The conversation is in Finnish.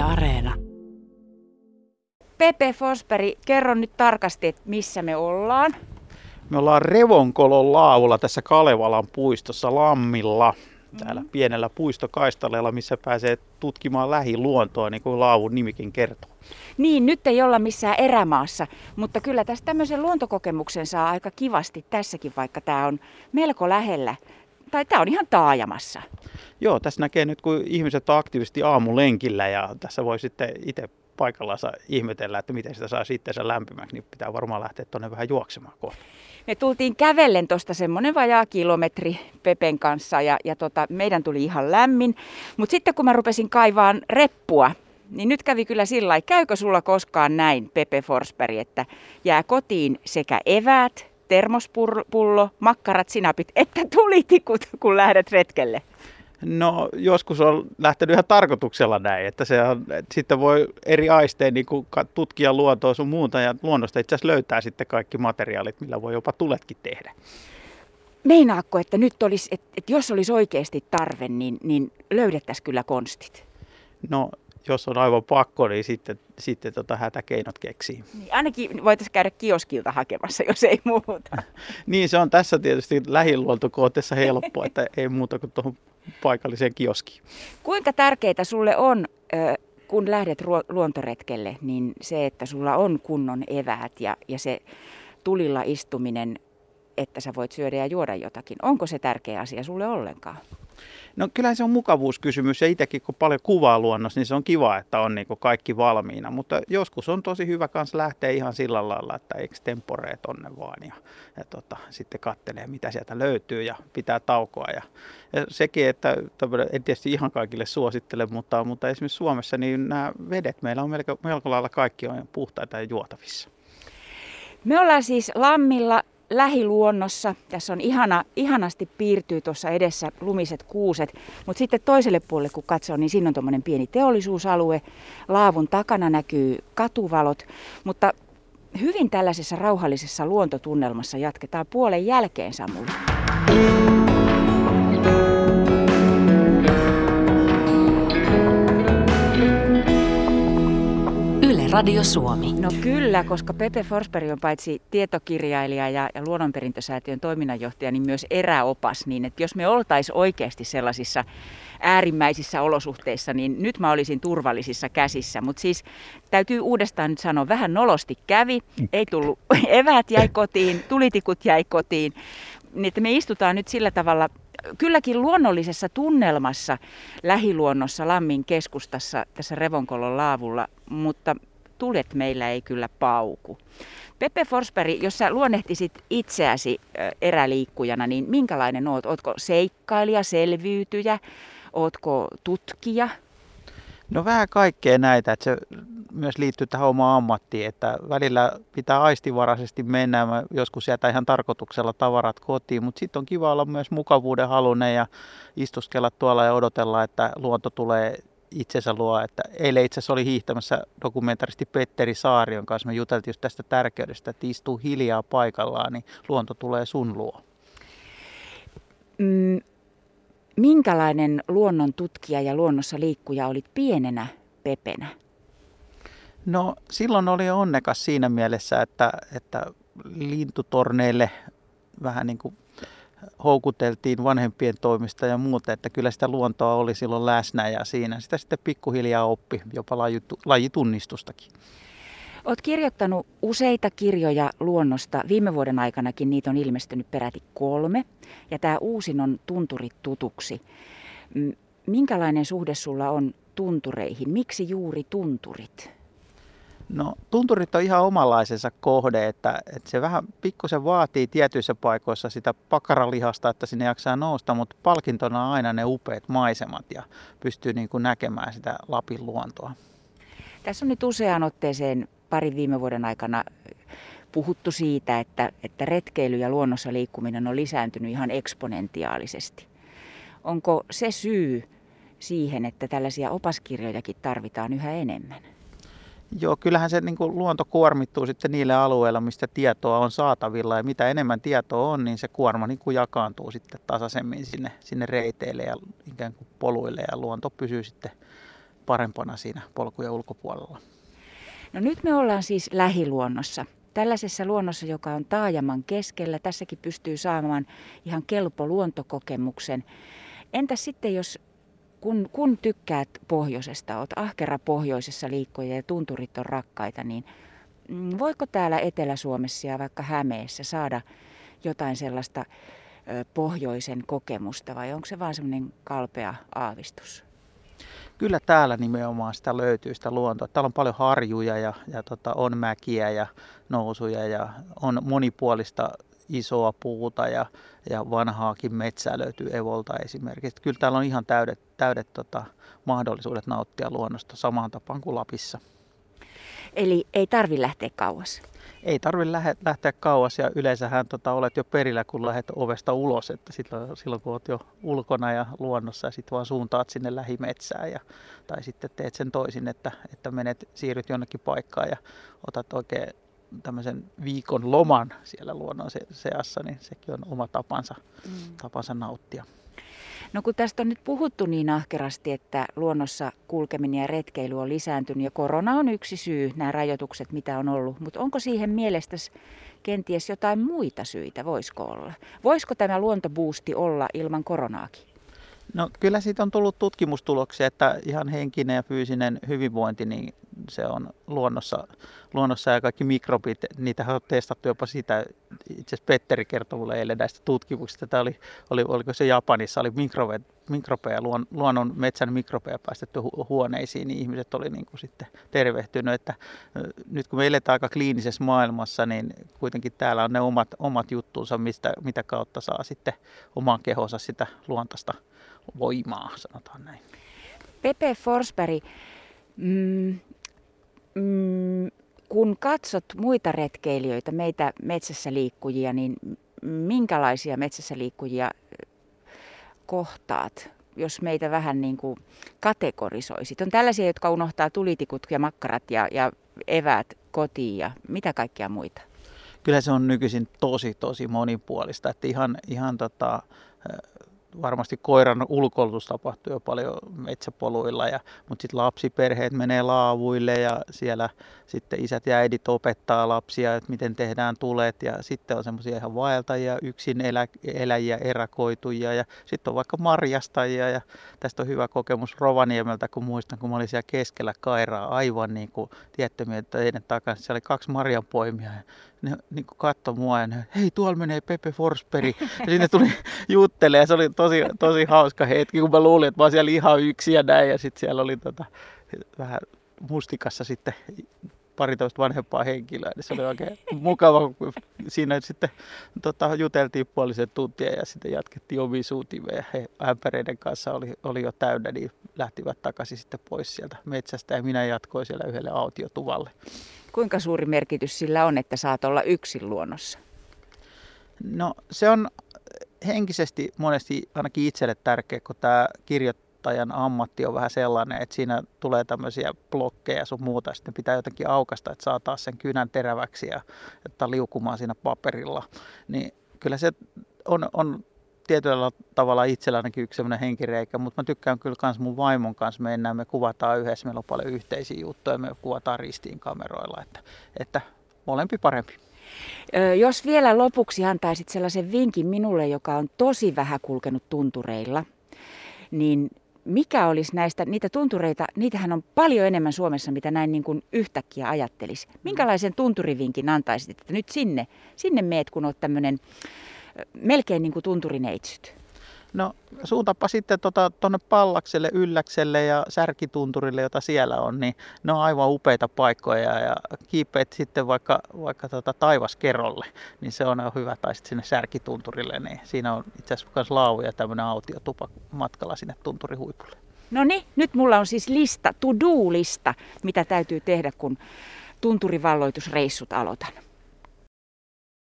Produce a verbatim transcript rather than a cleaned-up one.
Areena. Pepe Forsberg, kerro nyt tarkasti, että missä me ollaan. Me ollaan Revonkolon laavulla tässä Kalevalan puistossa Lammilla. Täällä mm-hmm. pienellä puistokaistaleella, missä pääsee tutkimaan lähiluontoa, niin kuin laavun nimikin kertoo. Niin, nyt ei olla missään erämaassa, mutta kyllä tästä tämmöisen luontokokemuksen saa aika kivasti tässäkin, vaikka tämä on melko lähellä. Tai tämä on ihan taajamassa. Joo, tässä näkee nyt, kun ihmiset on aktiivisesti aamulenkillä ja tässä voi sitten itse paikallansa ihmetellä, että miten sitä saa itseensä lämpimäksi, niin pitää varmaan lähteä tuonne vähän juoksemaan kohta. Me tultiin kävellen tuosta semmoinen vajaa kilometri Pepen kanssa ja, ja tota, meidän tuli ihan lämmin. Mutta sitten kun mä rupesin kaivaan reppua, niin nyt kävi kyllä sillä lailla, käykö sulla koskaan näin, Pepe Forsberg, että jää kotiin sekä eväät, termospullo, makkarat, sinapit, että tulitikut, kun lähdet retkelle? No joskus on lähtenyt ihan tarkoituksella näin, että, se on, että sitten voi eri aistein niin kuin tutkia luontoa sun muuta ja luonnosta itse asiassa löytää sitten kaikki materiaalit, millä voi jopa tuletkin tehdä. Meinaatko, että nyt olisi, että, että jos olisi oikeasti tarve, niin, niin löydettäisiin kyllä konstit? No jos on aivan pakko, niin sitten, sitten tota hätäkeinot keksii. Niin, ainakin voitaisiin käydä kioskilta hakemassa, jos ei muuta. Niin se on tässä tietysti lähiluontokohteessa helppo, että ei muuta kuin tuohon paikalliseen kioskiin. Kuinka tärkeää sulle on, kun lähdet luontoretkelle, niin se, että sulla on kunnon eväät ja, ja se tulilla istuminen, että sä voit syödä ja juoda jotakin. Onko se tärkeä asia sulle ollenkaan? No kyllähän se on mukavuuskysymys ja itsekin kun paljon kuvaa luonnossa, niin se on kiva, että on niin kuin kaikki valmiina. Mutta joskus on tosi hyvä kans lähteä ihan sillä lailla, että extemporee tonne vaan ja, ja tota, sitten katselee mitä sieltä löytyy ja pitää taukoa. Ja, ja sekin, että en tietysti ihan kaikille suosittele, mutta, mutta esimerkiksi Suomessa niin nämä vedet meillä on melko, melko lailla kaikki on puhtaita ja juotavissa. Me ollaan siis Lammilla. Lähiluonnossa. Tässä on ihana, ihanasti piirtyy tuossa edessä lumiset kuuset, mutta sitten toiselle puolelle kun katsoo, niin siinä on tuommoinen pieni teollisuusalue. Laavun takana näkyy katuvalot, mutta hyvin tällaisessa rauhallisessa luontotunnelmassa jatketaan puolen jälkeen, Samuli. Radio Suomi. No kyllä, koska Pepe Forsberg on paitsi tietokirjailija ja, ja Luonnonperintösäätiön toiminnanjohtaja, niin myös eräopas. Niin että jos me oltaisiin oikeasti sellaisissa äärimmäisissä olosuhteissa, niin nyt mä olisin turvallisissa käsissä. Mutta siis täytyy uudestaan nyt sanoa, vähän nolosti kävi, ei tullut, eväät jäi kotiin, tulitikut jäi kotiin. Niin että me istutaan nyt sillä tavalla kylläkin luonnollisessa tunnelmassa lähiluonnossa Lammin keskustassa tässä Revonkolon laavulla, mutta tulet meillä ei kyllä pauku. Pepe Forsberg, jos sä luonnehtisit itseäsi eräliikkujana, niin minkälainen oot? Ootko seikkailija, selviytyjä? Ootko tutkija? No vähän kaikkea näitä, että se myös liittyy tähän omaan ammattiin, että välillä pitää aistivaraisesti mennä, mä joskus jätän ihan tarkoituksella tavarat kotiin, mutta sitten on kiva olla myös mukavuuden halunen ja istuskella tuolla ja odotella, että luonto tulee itsensä luo. Että eilen itse asiassa oli hiihtämässä dokumentaristi Petteri Saarion kanssa, me juteltiin just tästä tärkeydestä, että istuu hiljaa paikallaan, niin luonto tulee sun luo. Mm. Minkälainen luonnon tutkija ja luonnossa liikkuja olit pienenä Pepenä? No silloin oli onnekas siinä mielessä, että, että lintutorneille vähän niin kuin houkuteltiin vanhempien toimista ja muuta, että kyllä sitä luontoa oli silloin läsnä ja siinä sitä sitten pikkuhiljaa oppi, jopa lajitunnistustakin. Olet kirjoittanut useita kirjoja luonnosta. Viime vuoden aikanakin niitä on ilmestynyt peräti kolme. Ja tämä uusin on Tunturit tutuksi. Minkälainen suhde sulla on tuntureihin? Miksi juuri tunturit? No tunturit on ihan omanlaisensa kohde, että, että se vähän pikkusen vaatii tietyissä paikoissa sitä pakaralihasta, että sinne jaksaa nousta, mutta palkintona on aina ne upeat maisemat ja pystyy niin kuin näkemään sitä Lapin luontoa. Tässä on nyt useaan otteeseen parin viime vuoden aikana puhuttu siitä, että, että retkeily ja luonnossa liikkuminen on lisääntynyt ihan eksponentiaalisesti. Onko se syy siihen, että tällaisia opaskirjojakin tarvitaan yhä enemmän? Joo, kyllähän se niin kuin luonto kuormittuu sitten niille alueilla, mistä tietoa on saatavilla. Ja mitä enemmän tietoa on, niin se kuorma niin kuin jakaantuu sitten tasaisemmin sinne, sinne reiteille ja ikään kuin poluille. Ja luonto pysyy sitten parempana siinä polkujen ulkopuolella. No nyt me ollaan siis lähiluonnossa. Tällaisessa luonnossa, joka on taajaman keskellä, tässäkin pystyy saamaan ihan kelpo luontokokemuksen. Entäs sitten, jos kun, kun tykkäät pohjoisesta, oot ahkera pohjoisessa liikkuja ja tunturit on rakkaita, niin voiko täällä Etelä-Suomessa ja vaikka Hämeessä saada jotain sellaista ö, pohjoisen kokemusta vai onko se vaan semmoinen kalpea aavistus? Kyllä täällä nimenomaan sitä löytyy sitä luontoa. Täällä on paljon harjuja ja, ja tota, on mäkiä ja nousuja ja on monipuolista isoa puuta ja, ja vanhaakin metsää löytyy Evolta esimerkiksi. Kyllä täällä on ihan täydet, täydet tota, mahdollisuudet nauttia luonnosta samaan tapaan kuin Lapissa. Eli ei tarvi lähteä kauas? Ei tarvitse lähteä kauas ja yleensähän tota, olet jo perillä, kun lähdet ovesta ulos, että silloin, silloin kun olet jo ulkona ja luonnossa ja sitten vaan suuntaat sinne lähimetsään ja, tai sitten teet sen toisin, että, että menet, siirryt jonnekin paikkaan ja otat oikein tämmöisen viikon loman siellä luonnon seassa, niin sekin on oma tapansa, mm. tapansa nauttia. No kun tästä on nyt puhuttu niin ahkerasti, että luonnossa kulkeminen ja retkeily on lisääntynyt ja korona on yksi syy, nämä rajoitukset mitä on ollut, mutta onko siihen mielestäsi kenties jotain muita syitä, voisiko olla? Voisiko tämä luontobuusti olla ilman koronaakin? No kyllä siitä on tullut tutkimustuloksia, että ihan henkinen ja fyysinen hyvinvointi, niin se on luonnossa, luonnossa ja kaikki mikrobit, niitä on testattu jopa sitä. Itse asiassa Petteri kertoi mulle eilen näistä tutkimuksista. Tämä oli, oli, oliko se Japanissa, oli mikrobe, mikrobeja, luon, luonnon metsän mikrobeja päästetty hu, huoneisiin, niin ihmiset oli niin kuin sitten tervehtynyt. Että nyt kun me eletään aika kliinisessä maailmassa, niin kuitenkin täällä on ne omat, omat juttuunsa, mistä, mitä kautta saa sitten omaan kehonsa sitä luontaista voimaa, sanotaan näin. Pepe Forsberg, mm, mm, kun katsot muita retkeilijöitä, meitä metsässä liikkujia, niin minkälaisia metsässä liikkujia kohtaat, jos meitä vähän niin kuin kategorisoisit? On tällaisia, jotka unohtaa tulitikut ja makkarat ja, ja eväät kotiin ja mitä kaikkia muita? Kyllä se on nykyisin tosi, tosi monipuolista, että ihan, ihan tota, varmasti koiran ulkoilutus tapahtuu jo paljon metsäpoluilla, ja, mutta sitten lapsiperheet menee laavuille ja siellä sitten isät ja äidit opettaa lapsia, että miten tehdään tulet, ja sitten on semmoisia ihan vaeltajia, yksin elä, eläjiä, erakoitujia ja sitten on vaikka marjastajia, ja tästä on hyvä kokemus Rovaniemeltä, kun muistan, kun mä olin siellä keskellä Kairaa aivan niin kuin tiettömien teidän takana, siellä oli kaksi marjanpoimia ja ne niin katsoi mua ja ne, hei tuolla menee Pepe Forsberg, ja sinne tuli juttelemaan ja se oli tosi, tosi hauska hetki, kun mä luulin, että mä oon siellä ihan yksin ja näin, ja sitten siellä oli tota, vähän mustikassa sitten paritoista vanhempaa henkilöä, niin se oli oikein mukava, kun siinä sitten tota, juteltiin puolisen tuntia ja sitten jatkettiin omiin suutimeen ja he ämpäreiden kanssa oli, oli jo täynnä, niin lähtivät takaisin sitten pois sieltä metsästä ja minä jatkoin siellä yhdelle autiotuvalle. Kuinka suuri merkitys sillä on, että saat olla yksin luonnossa? No se on henkisesti monesti ainakin itselle tärkeä, kun tämä kirjoittajan ammatti on vähän sellainen, että siinä tulee tämmöisiä blokkeja sun muuta, sitten pitää jotenkin aukasta, että saa taas sen kynän teräväksi ja että liukumaan siinä paperilla. Niin kyllä se on, on tietyllä tavalla itsellä ainakin yksi sellainen henkireikä, mutta mä tykkään kyllä myös mun vaimon kanssa mennään, me kuvataan yhdessä, meillä on paljon yhteisiä juttuja, me kuvataan ristiin kameroilla, että, että molempi parempi. Jos vielä lopuksi antaisit sellaisen vinkin minulle, joka on tosi vähän kulkenut tuntureilla, niin mikä olisi näistä, niitä tuntureita, niitähän on paljon enemmän Suomessa, mitä näin niin kuin yhtäkkiä ajattelisi. Minkälaisen tunturivinkin antaisit, että nyt sinne, sinne meet, kun olet tämmöinen melkein niin kuin tunturineitsyt? No suuntapa sitten tuonne tota, Pallakselle, Ylläkselle ja Särkitunturille, jota siellä on, niin ne on aivan upeita paikkoja ja kiipeät sitten vaikka, vaikka tota Taivaskerolle, niin se on hyvä, tai sitten sinne Särkitunturille, niin siinä on itse asiassa myös laavu ja tämmöinen autiotupa matkalla sinne tunturihuipulle. No niin, nyt mulla on siis lista, to-do-lista, mitä täytyy tehdä, kun tunturivalloitusreissut aloitan.